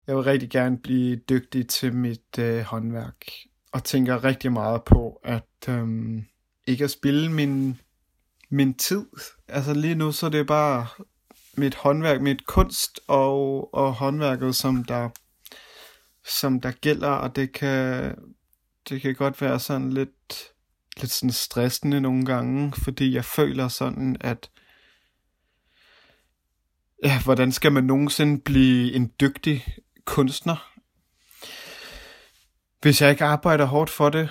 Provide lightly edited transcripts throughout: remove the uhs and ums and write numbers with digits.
Jeg vil rigtig gerne blive dygtig til mit håndværk, og tænker rigtig meget på at ikke at spilde min tid. Altså lige nu så er det bare mit håndværk, mit kunst og håndværket, som der gælder, og det kan godt være sådan lidt sådan stressende nogle gange, fordi jeg føler sådan, at ja, hvordan skal man nogensinde blive en dygtig kunstner, hvis jeg ikke arbejder hårdt for det,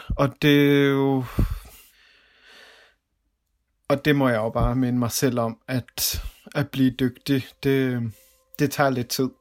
og det må jeg jo bare minde mig selv om, at blive dygtig, det tager lidt tid.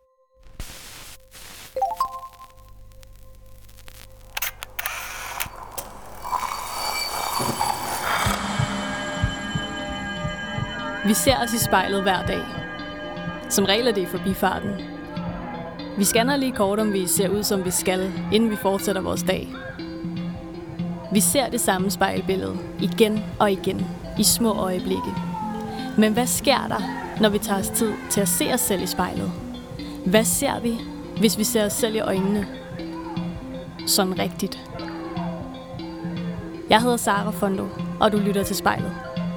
Vi ser os i spejlet hver dag. Som regel er det i forbifarten. Vi scanner lige kort, om vi ser ud, som vi skal, inden vi fortsætter vores dag. Vi ser det samme spejlbillede igen og igen i små øjeblikke. Men hvad sker der, når vi tager os tid til at se os selv i spejlet? Hvad ser vi, hvis vi ser os selv i øjnene? Sådan rigtigt. Jeg hedder Sara Fondo, og du lytter til Spejlet.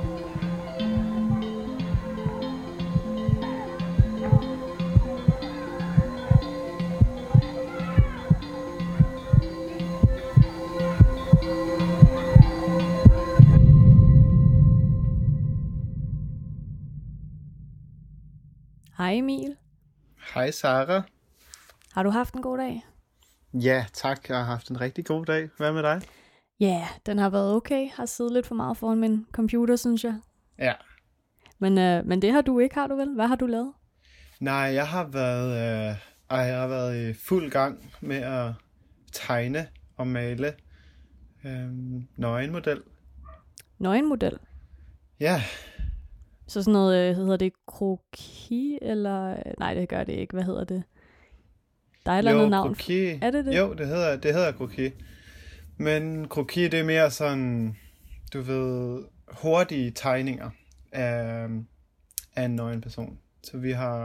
Hej Emil. Hej Sara. Har du haft en god dag? Ja, tak. Jeg har haft en rigtig god dag. Hvad med dig? Ja, den har været okay. Har siddet lidt for meget foran min computer, synes jeg. Ja. Men det har du ikke, har du vel? Hvad har du lavet? Nej, jeg har været i fuld gang med at tegne og male nøgenmodel. Nøgenmodel? Ja. Så sådan noget, hedder det kroki, eller... Nej, det gør det ikke. Hvad hedder det? Der er et eller andet navn. Kroki. Er det det? Jo, det hedder kroki. Men kroki, det er mere sådan, du ved, hurtige tegninger af en nøgen person. Så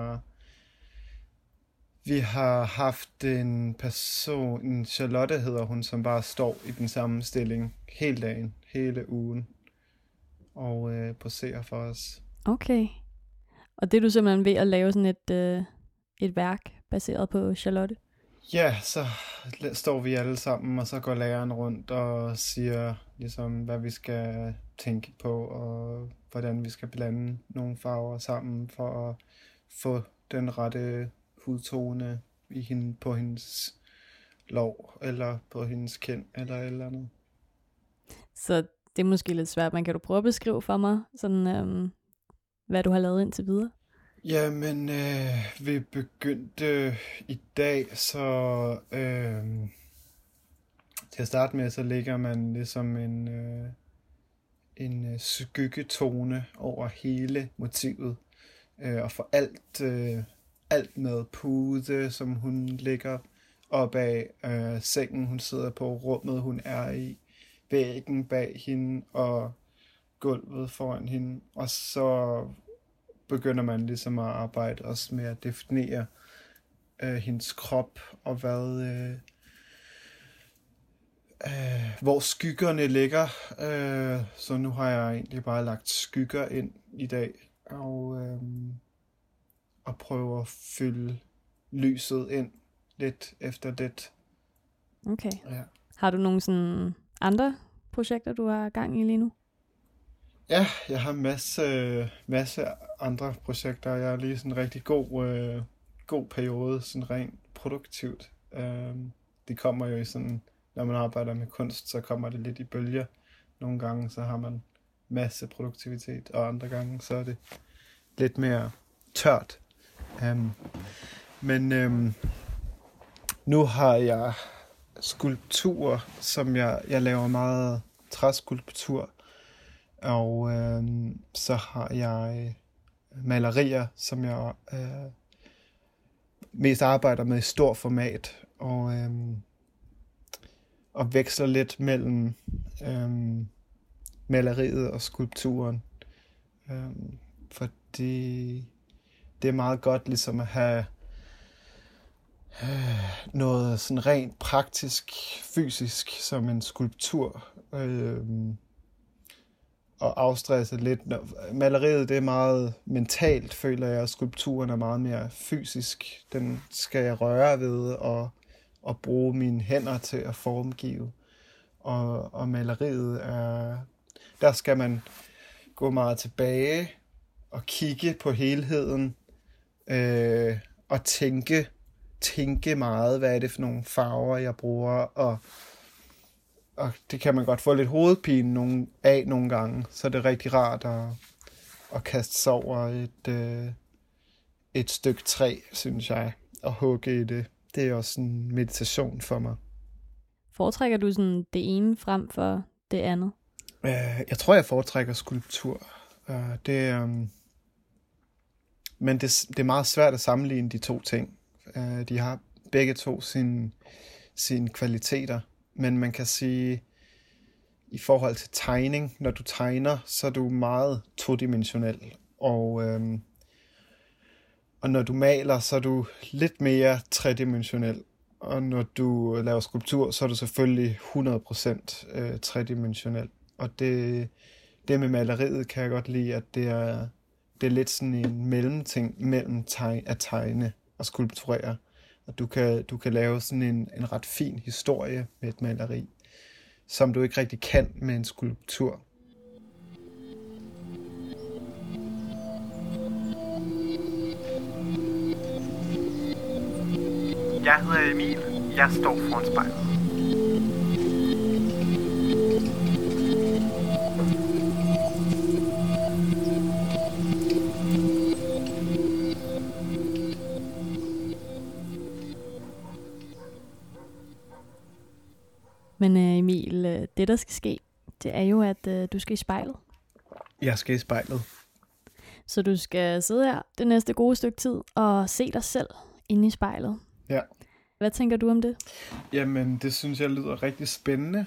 vi har haft en person, en Charlotte hedder hun, som bare står i den samme stilling hele dagen, hele ugen, og poserer for os. Okay. Og det er du simpelthen ved at lave sådan et værk baseret på Charlotte? Ja, så står vi alle sammen, og så går læreren rundt og siger ligesom, hvad vi skal tænke på, og hvordan vi skal blande nogle farver sammen for at få den rette hudtone på hendes lår, eller på hendes kind, eller et eller andet. Så det er måske lidt svært, men kan du prøve at beskrive for mig, sådan, hvad du har lavet indtil videre? Jamen, vi begyndte i dag, så til at starte med, så lægger man ligesom en skyggetone over hele motivet, og for alt med pude, som hun ligger op af, sengen hun sidder på, rummet hun er i, væggen bag hende og gulvet foran hende, og så begynder man ligesom at arbejde også med at definere hendes krop, og hvor skyggerne ligger. Så nu har jeg egentlig bare lagt skygger ind i dag, og prøver at fylde lyset ind lidt efter lidt. Okay. Ja. Har du nogle sådan andre projekter, du har gang i lige nu? Ja, jeg har masse andre projekter. Jeg har lige sådan en rigtig god periode, sådan rent produktivt. Det kommer jo i sådan, når man arbejder med kunst, så kommer det lidt i bølger. Nogle gange så har man masse produktivitet, og andre gange så er det lidt mere tørt. Men nu har jeg skulpturer, som jeg laver meget træskulptur. Og så har jeg malerier, som jeg mest arbejder med i stor format, og veksler lidt mellem maleriet og skulpturen. Fordi det er meget godt ligesom at noget sådan rent praktisk, fysisk, som en skulptur. Og afstresse lidt. Maleriet, det er meget mentalt, føler jeg, og skulpturen er meget mere fysisk. Den skal jeg røre ved og bruge mine hænder til at formgive. Og maleriet er... Der skal man gå meget tilbage og kigge på helheden og tænke meget, hvad er det for nogle farver, jeg bruger, og det kan man godt få lidt hovedpine nogle gange, så det er rigtig rart at kaste sig over et stykke træ, synes jeg, og hugge i det. Det er også en meditation for mig. Foretrækker du sådan det ene frem for det andet? Jeg tror, jeg foretrækker skulptur. Men det er meget svært at sammenligne de to ting. De har begge to sine kvaliteter. Men man kan sige, i forhold til tegning, når du tegner, så er du meget todimensionel. Og når du maler, så er du lidt mere tredimensionel. Og når du laver skulptur, så er du selvfølgelig 100% tredimensionel. Og det med maleriet kan jeg godt lide, at det er lidt sådan en mellemting mellem at tegne og skulpturere. Og du kan lave sådan en ret fin historie med et maleri, som du ikke rigtig kan med en skulptur. Jeg hedder Emil. Jeg står foran spejlet. Men Emil, det der skal ske, det er jo, at du skal i spejlet. Jeg skal i spejlet. Så du skal sidde her det næste gode stykke tid og se dig selv inde i spejlet. Ja. Hvad tænker du om det? Jamen, det synes jeg lyder rigtig spændende.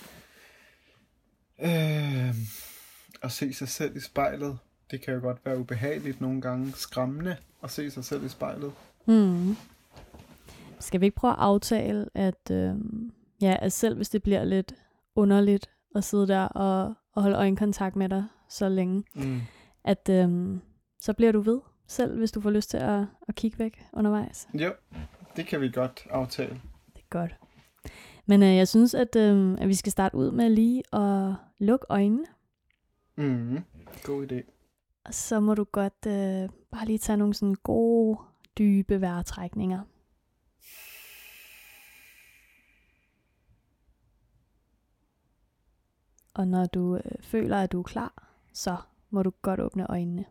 At se sig selv i spejlet. Det kan jo godt være ubehageligt nogle gange. Skræmmende at se sig selv i spejlet. Skal vi ikke prøve at aftale, at selv hvis det bliver lidt underligt at sidde der og holde øjenkontakt med dig så længe, at så bliver du ved selv, hvis du får lyst til at kigge væk undervejs. Jo, det kan vi godt aftale. Det er godt. Men jeg synes, at vi skal starte ud med lige at lukke øjnene. God idé. Og så må du godt bare lige tage nogle sådan gode, dybe vejrtrækninger. Og når du føler, at du er klar, så må du godt åbne øjnene.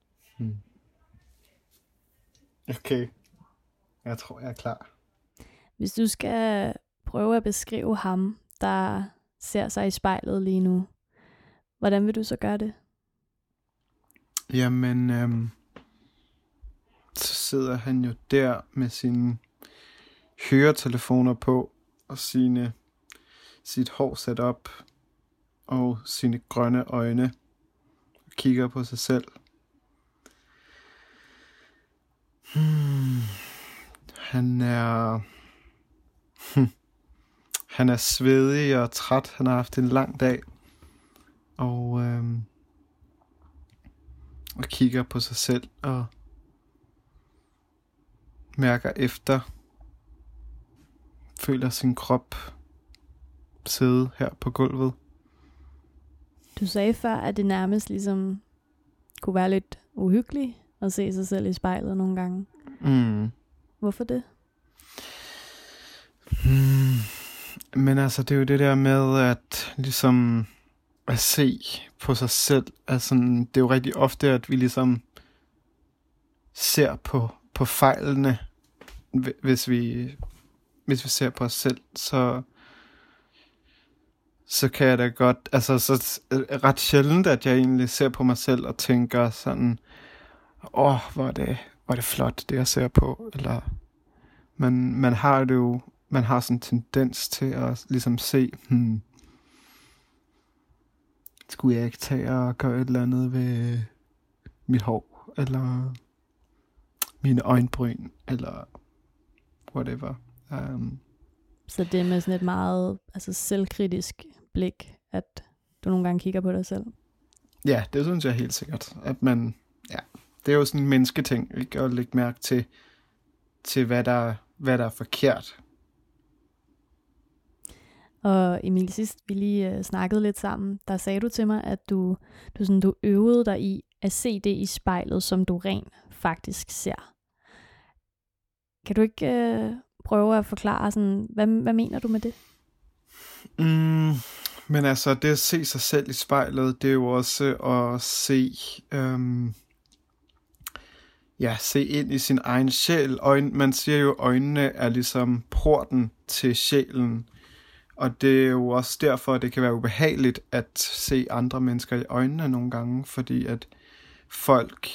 Okay. Jeg tror, jeg er klar. Hvis du skal prøve at beskrive ham, der ser sig i spejlet lige nu, hvordan vil du så gøre det? Jamen, så sidder han jo der med sine høretelefoner på og sit hår sat op og sine grønne øjne og kigger på sig selv. Han er svedig og træt. Han har haft en lang dag og kigger på sig selv og mærker efter. Føler sin krop sidde her på gulvet. Du sagde før, at det nærmest ligesom kunne være lidt uhyggeligt at se sig selv i spejlet nogle gange. Hvorfor det? Men altså, det er jo det der med at ligesom at se på sig selv. Altså, det er jo rigtig ofte, at vi ligesom ser på fejlene, hvis vi ser på os selv, så kan jeg da godt, altså så ret sjældent, at jeg egentlig ser på mig selv og tænker sådan, hvor er det flot, det jeg ser på, eller man har det jo, man har sådan en tendens til at ligesom se, skulle jeg ikke tage og gøre et eller andet ved mit hår, eller mine øjenbryn, eller whatever. Så det er med sådan et meget selvkritisk blik, at du nogle gange kigger på dig selv? Ja, det synes jeg helt sikkert. At man, det er jo sådan en mennesketing, ikke? At lægge mærke til hvad der er forkert. Og Emil, sidst vi lige snakkede lidt sammen, der sagde du til mig, at du øvede dig i at se det i spejlet, som du rent faktisk ser. Kan du ikke prøve at forklare, sådan, hvad mener du med det? Men altså, det at se sig selv i spejlet, det er jo også at se, se ind i sin egen sjæl. Man siger jo, at øjnene er ligesom porten til sjælen. Og det er jo også derfor, at det kan være ubehageligt at se andre mennesker i øjnene nogle gange, fordi at folk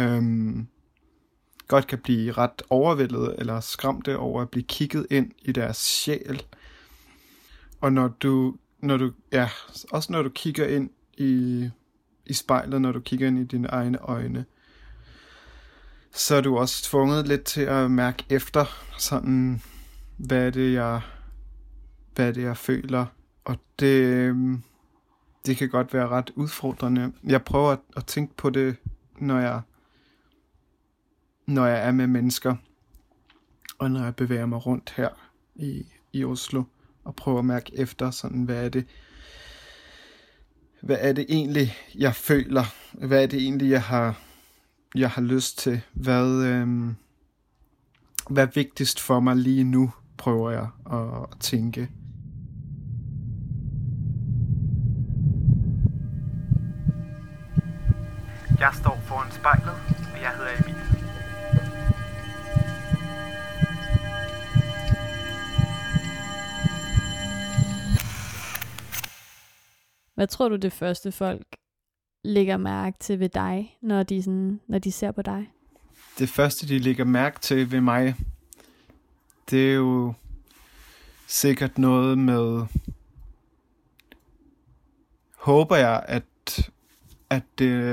godt kan blive ret overvældet eller skræmte over at blive kigget ind i deres sjæl. Og når du kigger ind i spejlet, når du kigger ind i dine egne øjne, så er du også tvunget lidt til at mærke efter, sådan, hvad er det, jeg føler. Og det kan godt være ret udfordrende. Jeg prøver at tænke på det, når jeg er med mennesker, og når jeg bevæger mig rundt her i Oslo, og prøver at mærke efter, sådan, hvad er det egentlig, jeg føler? Hvad er det egentlig, jeg har lyst til? Hvad er vigtigst for mig lige nu, prøver jeg at tænke. Jeg står foran spejlet, og jeg hedder Emil. Hvad tror du det første folk lægger mærke til ved dig, når de ser på dig? Det første, de lægger mærke til ved mig, det er jo sikkert noget med, håber jeg, at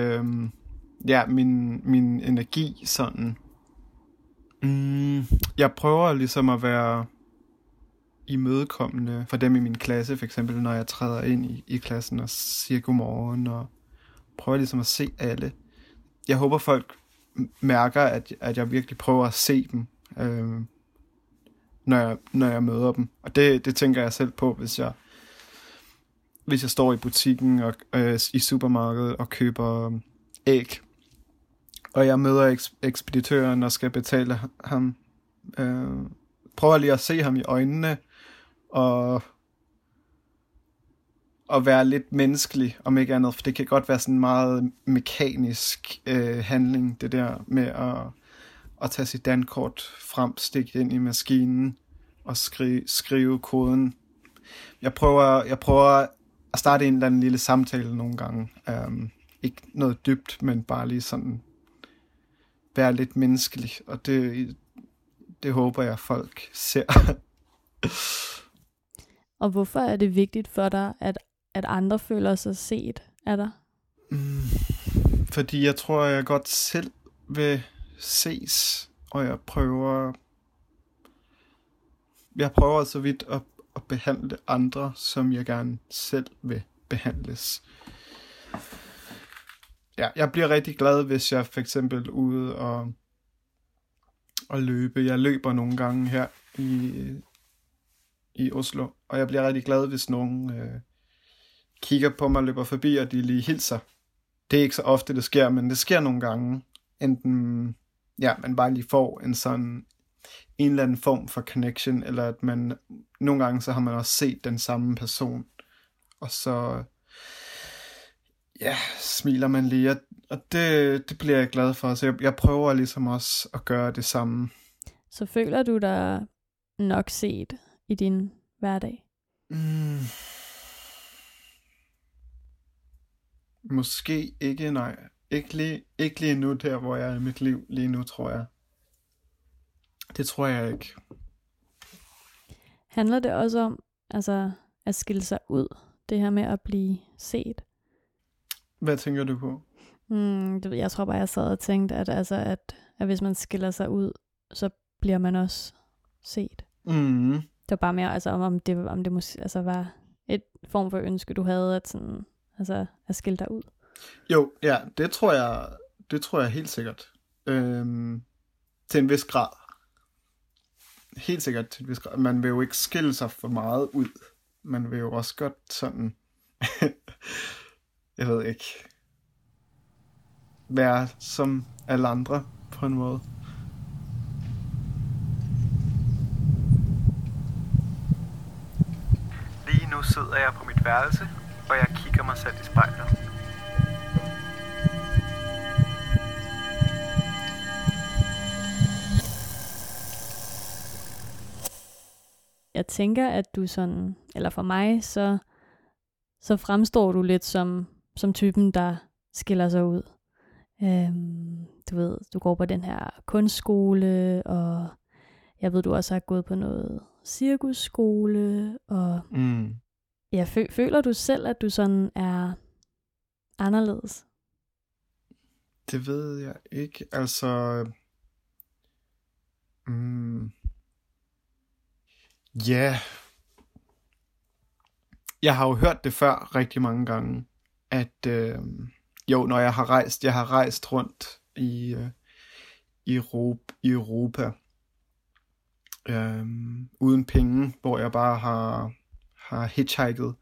min energi sådan. Jeg prøver ligesom at være imødekommende for dem i min klasse, for eksempel når jeg træder ind i klassen og siger godmorgen, og prøver ligesom at se alle. Jeg håber folk mærker, at jeg virkelig prøver at se dem, når jeg møder dem. Og det tænker jeg selv på, hvis jeg står i butikken og i supermarkedet og køber æg, og jeg møder ekspeditøren og skal betale ham. Prøver lige at se ham i øjnene og være lidt menneskelig, om ikke andet, for det kan godt være sådan en meget mekanisk handling, det der med at tage sit dankort frem, stikke ind i maskinen og skrive koden. Jeg prøver at starte en eller anden lille samtale nogle gange. Ikke noget dybt, men bare lige sådan være lidt menneskelig, og det håber jeg folk ser. Og hvorfor er det vigtigt for dig, at andre føler sig set af dig? Fordi jeg tror, jeg godt selv vil ses, og jeg prøver så vidt at behandle andre, som jeg gerne selv vil behandles. Ja, jeg bliver rigtig glad, hvis jeg for eksempel er ude og løbe. Jeg løber nogle gange her i Oslo, og jeg bliver rigtig glad, hvis nogen kigger på mig og løber forbi, og de lige hilser. Det er ikke så ofte, det sker, men det sker nogle gange. Enten, man bare lige får en eller anden form for connection, eller at man nogle gange, så har man også set den samme person, og så smiler man lige, og det bliver jeg glad for, så jeg prøver ligesom også at gøre det samme. Så føler du dig nok set i din hverdag? Måske ikke, nej. Ikke lige nu, der hvor jeg er i mit liv lige nu, tror jeg. Det tror jeg ikke. Handler det også om at skille sig ud, det her med at blive set? Hvad tænker du på? Jeg tror bare, jeg sad og tænkte, at hvis man skiller sig ud, så bliver man også set. Mm. Det var bare mere, altså om det måske, altså var et form for ønske, du havde, at sådan, altså at skille dig ud. Jo, ja, det tror jeg helt sikkert. Til en vis grad. Helt sikkert til en vis grad. Man vil jo ikke skille sig for meget ud. Man vil jo også godt sådan, jeg ved ikke, være som alle andre på en måde. Lige nu sidder jeg på mit værelse, og jeg kigger mig selv i spejlet. Jeg tænker, at du sådan, eller for mig, så fremstår du lidt som typen, der skiller sig ud. Du ved, du går på den her kunstskole, og jeg ved, du også har gået på noget cirkusskole, og ja, føler du selv, at du sådan er anderledes? Det ved jeg ikke. Altså, ja. Jeg har jo hørt det før rigtig mange gange, at når jeg har rejst rundt i Europa uden penge, hvor jeg bare har hitchhiket.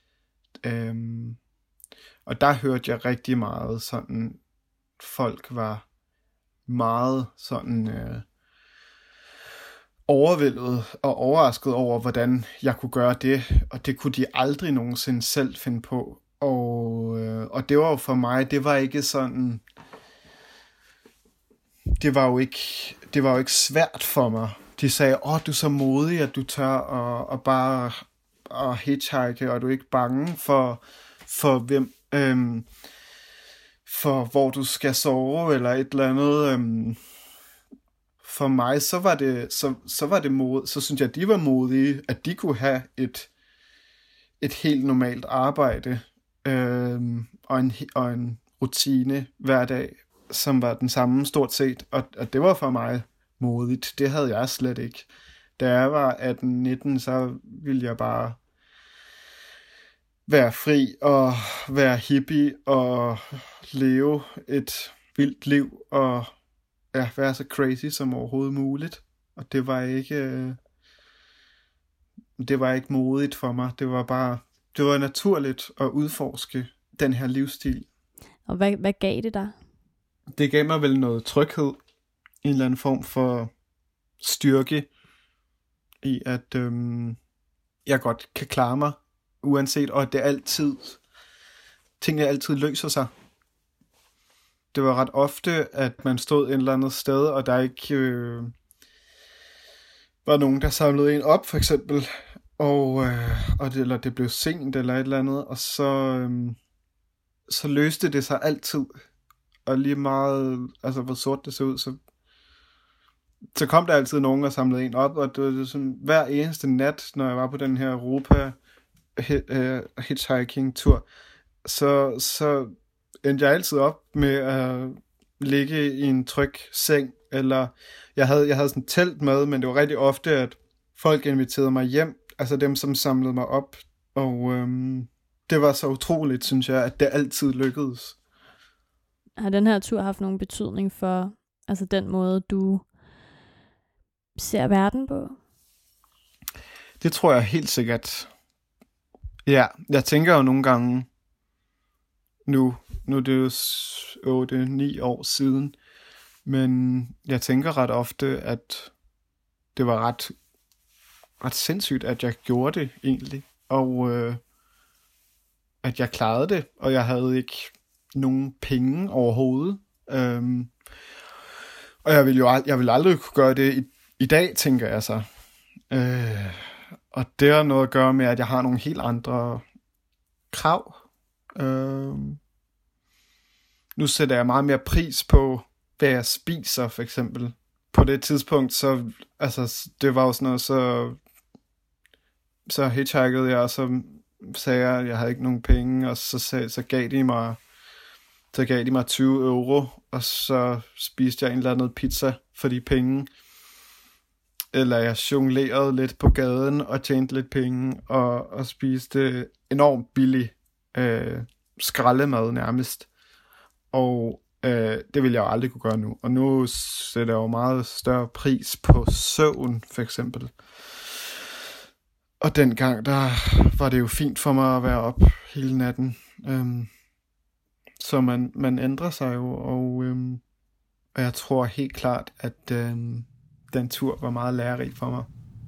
Og der hørte jeg rigtig meget sådan, folk var meget sådan overvældet og overrasket over, hvordan jeg kunne gøre det, og det kunne de aldrig nogensinde selv finde på. Og det var jo for mig, det var ikke sådan, det var jo ikke svært for mig. De sagde, du er så modig, at du tør og bare at hitchhike, og du er ikke bange for hvem, for hvor du skal sove, eller et eller andet. For mig, så var det mod, så synes jeg, at de var modige, at de kunne have et helt normalt arbejde, og en rutine hver dag, som var den samme stort set, og det var for mig modigt. Det havde jeg slet ikke. Da jeg var 18-19, så ville jeg bare være fri og være hippie og leve et vildt liv og være så crazy som overhovedet muligt. Og det var ikke modigt for mig. Det var naturligt at udforske den her livsstil. Og hvad gav det dig? Det gav mig vel noget tryghed, en eller anden form for styrke i, at jeg godt kan klare mig, uanset, og at tingene altid løser sig. Det var ret ofte, at man stod et eller andet sted, og der ikke var nogen, der samlede en op, for eksempel, eller det blev sent, eller et eller andet, og så løste det sig altid. Og lige meget, altså hvor sort det så ud, så kom der altid nogen og samlede en op, og det var sådan, hver eneste nat, når jeg var på den her Europa hitchhiking-tur, så endte jeg altid op med at ligge i en tryg seng, eller jeg havde sådan et telt med, men det var rigtig ofte, at folk inviterede mig hjem, altså dem, som samlede mig op, og det var så utroligt, synes jeg, at det altid lykkedes. Har den her tur haft nogen betydning for altså den måde, du ser verden på? Det tror jeg helt sikkert. Ja, jeg tænker jo nogle gange, nu er det jo 8-9 år siden, men jeg tænker ret ofte, at det var ret sindssygt, at jeg gjorde det egentlig, og at jeg klarede det, og jeg havde ikke nogen penge overhovedet. Og jeg vil aldrig kunne gøre det i dag, tænker jeg så. Og det har noget at gøre med, at jeg har nogle helt andre krav. Nu sætter jeg meget mere pris på, hvad jeg spiser, for eksempel. På det tidspunkt, så, altså, det var jo sådan noget, så hitchhikede jeg, og så sagde jeg, at jeg havde ikke nogen penge, og så gav de mig 20 euro, og så spiste jeg en eller anden pizza for de penge. eller jeg jonglerede lidt på gaden og tjente lidt penge og spiste enormt billig skraldemad nærmest. Og det ville jeg jo aldrig kunne gøre nu. Og nu sætter jeg jo meget større pris på søvn, for eksempel. Og dengang, der var det jo fint for mig at være op hele natten. Så man ændrer sig jo, og jeg tror helt klart, at den tur var meget lærerig for mig.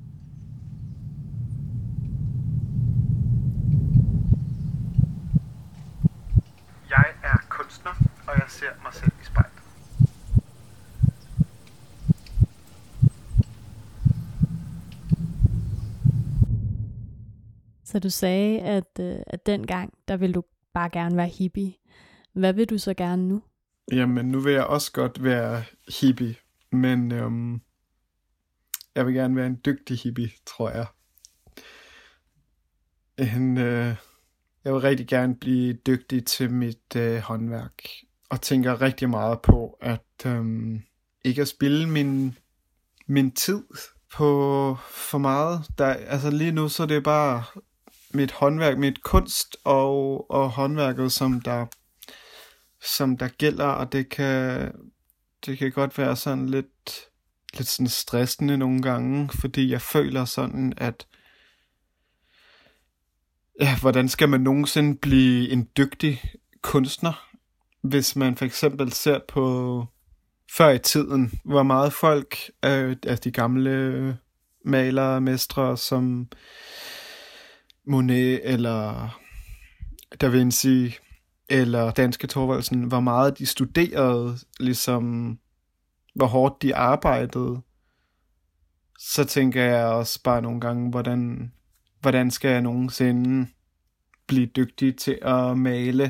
Jeg er kunstner, og jeg ser mig selv i spejlet. Så du sagde, at dengang, der ville du bare gerne være hippie. Hvad vil du så gerne nu? Jamen, nu vil jeg også godt være hippie, men jeg vil gerne være en dygtig hippie, tror jeg. Jeg vil rigtig gerne blive dygtig til mit håndværk, og tænker rigtig meget på at ikke at spilde min tid på for meget. Altså lige nu, så er det bare mit håndværk, mit kunst og håndværket, som der gælder, og det kan godt være sådan lidt sådan stressende nogle gange, fordi jeg føler sådan, at hvordan skal man nogensinde blive en dygtig kunstner, hvis man for eksempel ser på før i tiden, hvor meget folk af de gamle malere og mestre som Monet eller Da Vinci eller Danske Thorvaldsen, hvor meget de studerede, ligesom hvor hårdt de arbejdede, så tænker jeg også bare nogle gange, hvordan skal jeg nogensinde blive dygtig til at male,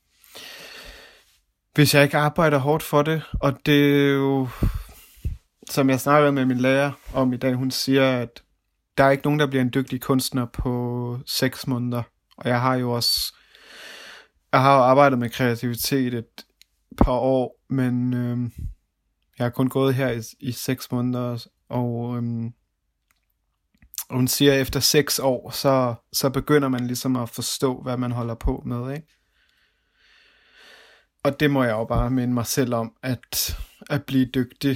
hvis jeg ikke arbejder hårdt for det. Og det er jo, som jeg snakkede med min lærer om i dag, hun siger, at der er ikke nogen, der bliver en dygtig kunstner på 6 måneder. Og jeg har jo arbejdet med kreativitet et par år, men jeg har kun gået her i 6 måneder, og hun siger, at efter 6 år, så begynder man ligesom at forstå, hvad man holder på med, ikke? Og det må jeg jo bare minde mig selv om, at blive dygtig,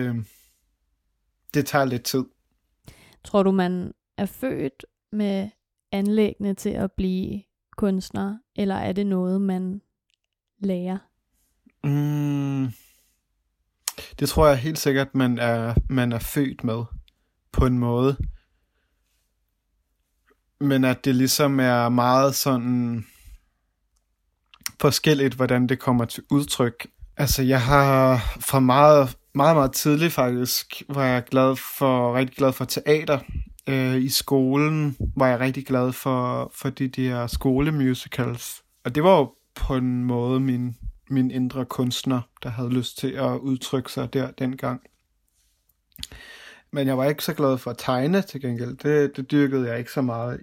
det tager lidt tid. Tror du, man er født med anlæggene til at blive kunstner, eller er det noget, man lærer? Det tror jeg helt sikkert, man er født med, på en måde. Men at det ligesom er meget sådan forskelligt, hvordan det kommer til udtryk. Altså jeg har fra meget, meget, meget tidligt faktisk, var jeg rigtig glad for teater. I skolen var jeg rigtig glad for de der skolemusicals. Og det var jo på en måde min indre kunstner, der havde lyst til at udtrykke sig der dengang. Men jeg var ikke så glad for at tegne til gengæld. Det dyrkede jeg ikke så meget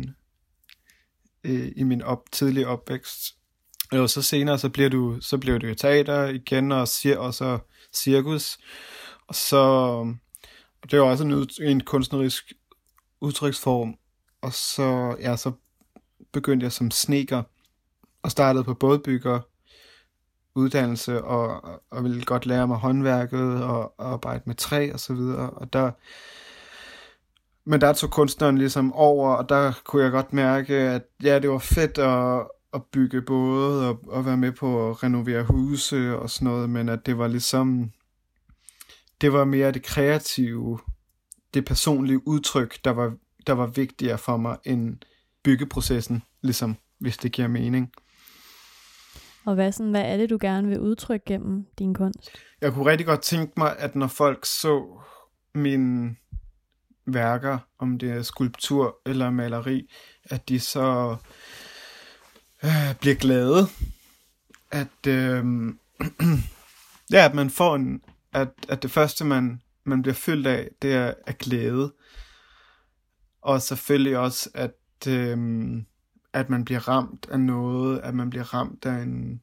i min tidlige opvækst. Og så senere, så bliver du jo teater igen, og så cirkus. Og så det er jo også en kunstnerisk udtryksform. Og så begyndte jeg som snedker, og startede på bådbygger uddannelse, og ville godt lære mig håndværket, og arbejde med træ og så videre. Men der tog kunstneren ligesom over, og der kunne jeg godt mærke, at ja, det var fedt at bygge både, og være med på at renovere huse og sådan noget, men at det var ligesom, det var mere det kreative, det personlige udtryk, der var vigtigere for mig end byggeprocessen, ligesom, hvis det giver mening. Og hvad er det, du gerne vil udtrykke gennem din kunst? Jeg kunne rigtig godt tænke mig, at når folk så mine værker, om det er skulptur eller maleri, at de så bliver glade. At man får at det første, man bliver fyldt af, det er glæde. Og selvfølgelig også, at man bliver ramt af noget, at man bliver ramt af en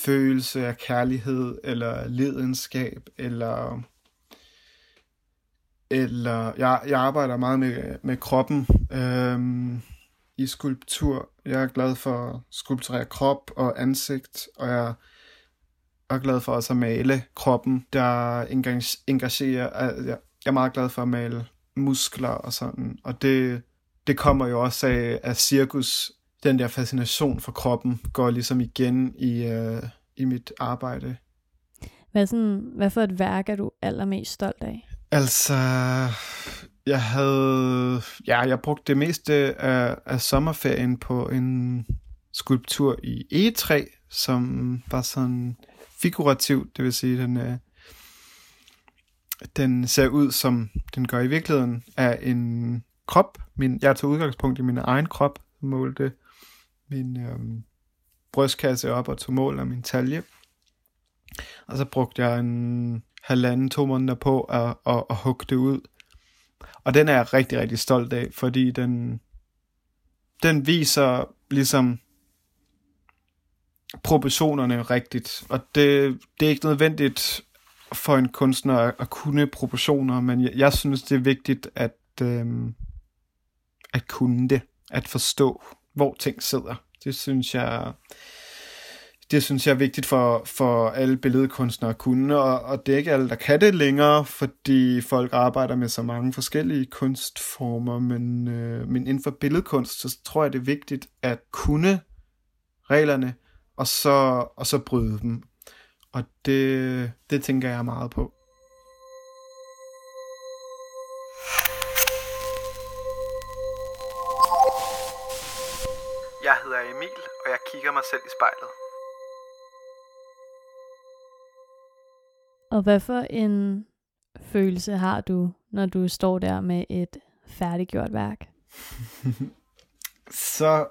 følelse af kærlighed, eller lidenskab, eller eller jeg arbejder meget med kroppen i skulptur. Jeg er glad for at skulpturere krop og ansigt, og jeg er glad for også at male kroppen, der engagerer. Jeg er meget glad for at male muskler og sådan, og det kommer jo også af cirkus. Den der fascination for kroppen går ligesom igen i mit arbejde. Hvad for et værk er du allermest stolt af? Altså, jeg brugte det meste af sommerferien på en skulptur i egetræ, som var sådan figurativ, det vil sige, den ser ud, som den gør i virkeligheden, af en krop. Jeg tog udgangspunkt i min egen krop, målte min brystkasse op og tog mål af min talje. Og så brugte jeg 1,5-2 måneder på at hugge det ud. Og den er jeg rigtig, rigtig stolt af, fordi den viser ligesom proportionerne rigtigt. Og det er ikke nødvendigt for en kunstner at kunne proportioner, men jeg synes, det er vigtigt at kunne det, at forstå, hvor ting sidder. Det synes jeg er vigtigt for alle billedkunstnere at kunne, og det er ikke alle, der kan det længere, fordi folk arbejder med så mange forskellige kunstformer, men inden for billedkunst, så tror jeg, det er vigtigt at kunne reglerne, og så bryde dem. Og det tænker jeg meget på. Jeg hedder Emil, og jeg kigger mig selv i spejlet. Og hvad for en følelse har du, når du står der med et færdiggjort værk? Så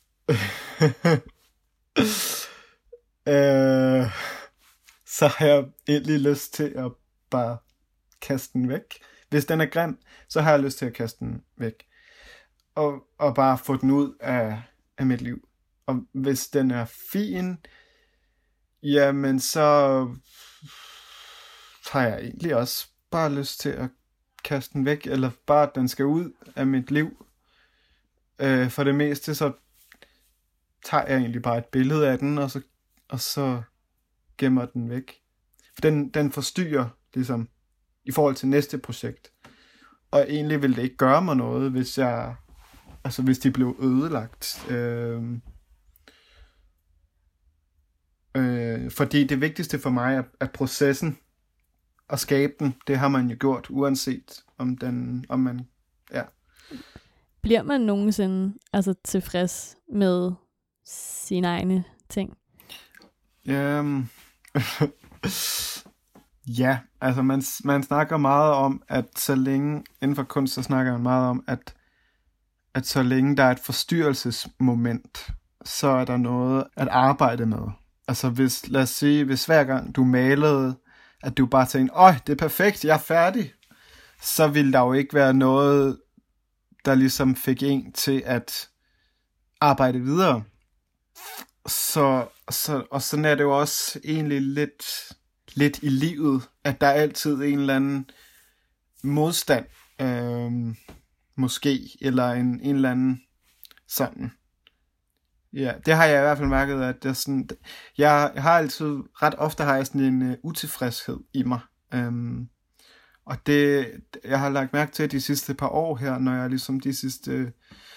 så har jeg egentlig lyst til at bare kaste den væk. Hvis den er grim, så har jeg lyst til at kaste den væk. Og bare få den ud af mit liv. Og hvis den er fin, jamen så har jeg egentlig også bare lyst til at kaste den væk, eller bare at den skal ud af mit liv. For det meste, så tager jeg egentlig bare et billede af den, og så gemmer den væk. For den forstyrrer ligesom i forhold til næste projekt. Og egentlig ville det ikke gøre mig noget, hvis de blev ødelagt. Fordi det vigtigste for mig er, at processen at skabe den, det har man jo gjort, uanset om man. Bliver man nogensinde tilfreds med sine egne ting? Ja, altså man snakker meget om, at så længe, inden for kunst, så snakker man meget om, at så længe der er et forstyrrelsesmoment, så er der noget at arbejde med. Altså lad os sige, hvis hver gang du malede, at du bare tænkte, det er perfekt, jeg er færdig, så ville der jo ikke være noget, der ligesom fik en til at arbejde videre. Og sådan er det jo også egentlig lidt i livet, at der er altid en eller anden modstand, måske, eller en eller anden sådan. Ja, det har jeg i hvert fald mærket, at jeg har altid, ret ofte har jeg sådan en utilfredshed i mig. Og det, jeg har lagt mærke til de sidste par år her, når jeg ligesom de sidste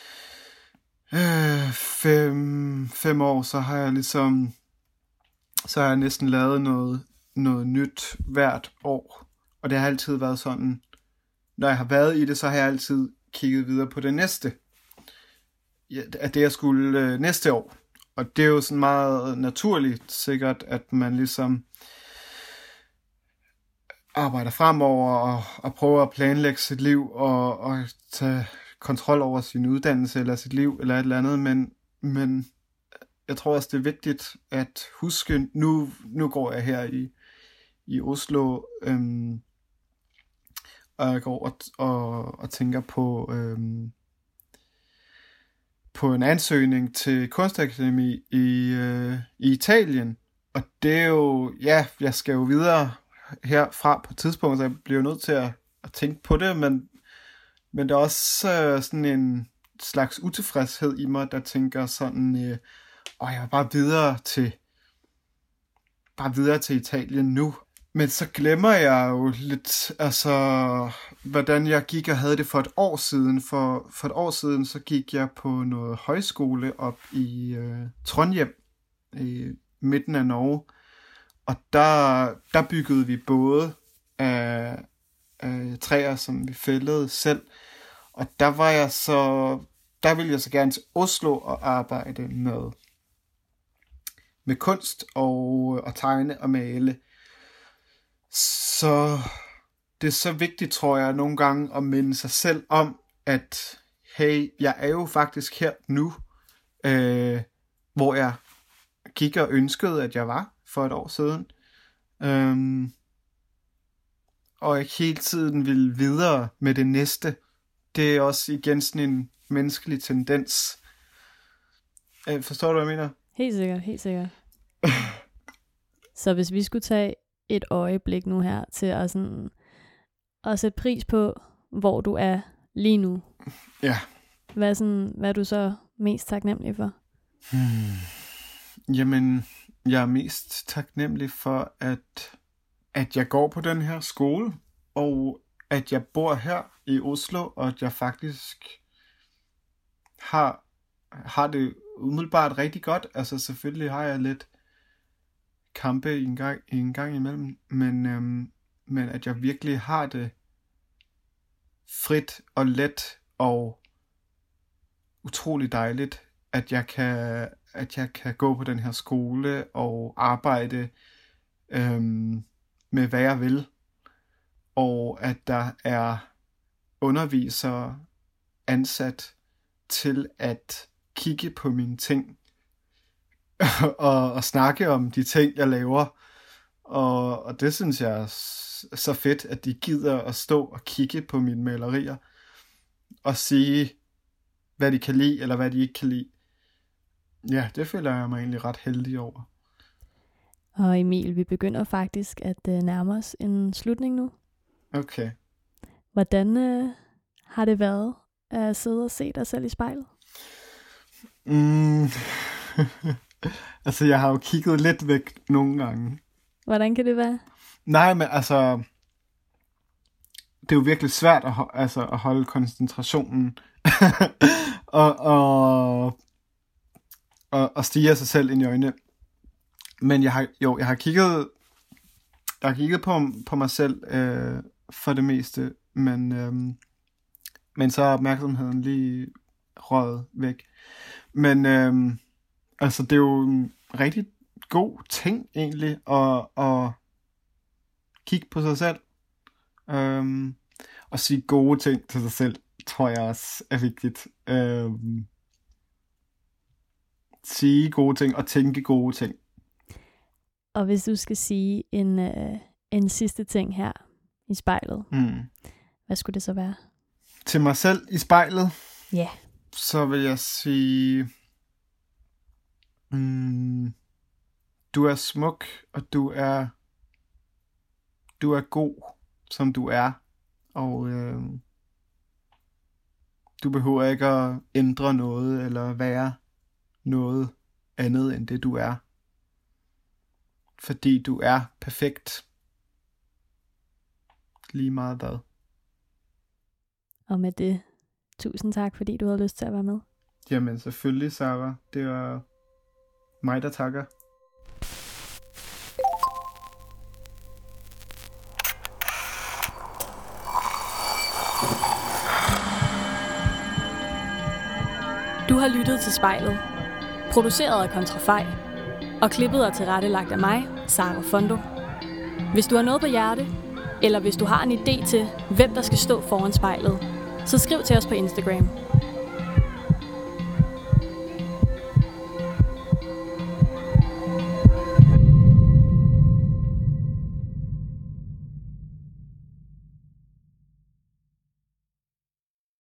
5 år, så har jeg næsten lavet noget nyt hvert år. Og det har altid været sådan, når jeg har været i det, så har jeg altid kigget videre på det næste. At det jeg skulle næste år. Og det er jo sådan meget naturligt sikkert, at man ligesom arbejder fremover og prøver at planlægge sit liv og tage kontrol over sin uddannelse eller sit liv eller et eller andet, men jeg tror også, det er vigtigt at huske, nu går jeg her i Oslo, og jeg går og tænker på en ansøgning til Kunstakademi i Italien, og det er jo, jeg skal jo videre herfra på et tidspunkt, så jeg bliver nødt til at tænke på det, men der er også sådan en slags utilfredshed i mig, der tænker sådan, jeg vil bare videre til Italien nu. Men så glemmer jeg jo lidt, altså, hvordan jeg gik og havde det for et år siden. For et år siden, så gik jeg på noget højskole op i Trondheim, i midten af Norge. Og der byggede vi både af træer, som vi fældede selv. Og der ville jeg så gerne til Oslo og arbejde med kunst og tegne og male. Så det er så vigtigt, tror jeg, nogle gange at minde sig selv om, at hey, jeg er jo faktisk her nu, hvor jeg gik og ønskede, at jeg var for et år siden. Og jeg hele tiden ville videre med det næste. Det er også igen sådan en menneskelig tendens. Forstår du, hvad jeg mener? Helt sikkert. Så hvis vi skulle tage et øjeblik nu her til at sætte pris på, hvor du er lige nu. Ja. Hvad er du så mest taknemmelig for? Jamen, jeg er mest taknemmelig for, at jeg går på den her skole, og at jeg bor her i Oslo, og at jeg faktisk har det umiddelbart rigtig godt. Altså selvfølgelig har jeg lidt kampe en gang imellem, men at jeg virkelig har det frit og let og utrolig dejligt, at jeg kan gå på den her skole og arbejde med hvad jeg vil, og at der er undervisere ansat til at kigge på mine ting og snakke om de ting, jeg laver. Og det synes jeg er så fedt, at de gider at stå og kigge på mine malerier og sige, hvad de kan lide, eller hvad de ikke kan lide. Ja, det føler jeg mig egentlig ret heldig over. Og Emil, vi begynder faktisk at nærme os en slutning nu. Okay. Hvordan har det været at sidde og se dig selv i spejlet? Altså, jeg har jo kigget lidt væk nogle gange. Hvordan kan det være? Nej, men altså, det er jo virkelig svært at holde koncentrationen og stirre sig selv ind i øjnene. Men jeg har kigget på mig selv for det meste, men så er opmærksomheden lige røget væk. Men altså, det er jo en rigtig god ting egentlig at kigge på sig selv og sige gode ting til sig selv, tror jeg også er vigtigt. Sige gode ting og tænke gode ting. Og hvis du skal sige en sidste ting her i spejlet, hvad skulle det så være? Til mig selv i spejlet? Ja. Yeah. Så vil jeg sige, du er smuk, og du er god, som du er, og du behøver ikke at ændre noget, eller være noget andet, end det du er. Fordi du er perfekt. Lige meget hvad. Og med det, tusind tak, fordi du havde lyst til at være med. Jamen selvfølgelig, Sarah. Det var mig, der takker. Du har lyttet til Spejlet. Produceret af Kontrafej. Og klippet og tilrettelagt af mig, Sarah Fondo. Hvis du har noget på hjerte, eller hvis du har en idé til, hvem der skal stå foran spejlet, så skriv til os på Instagram.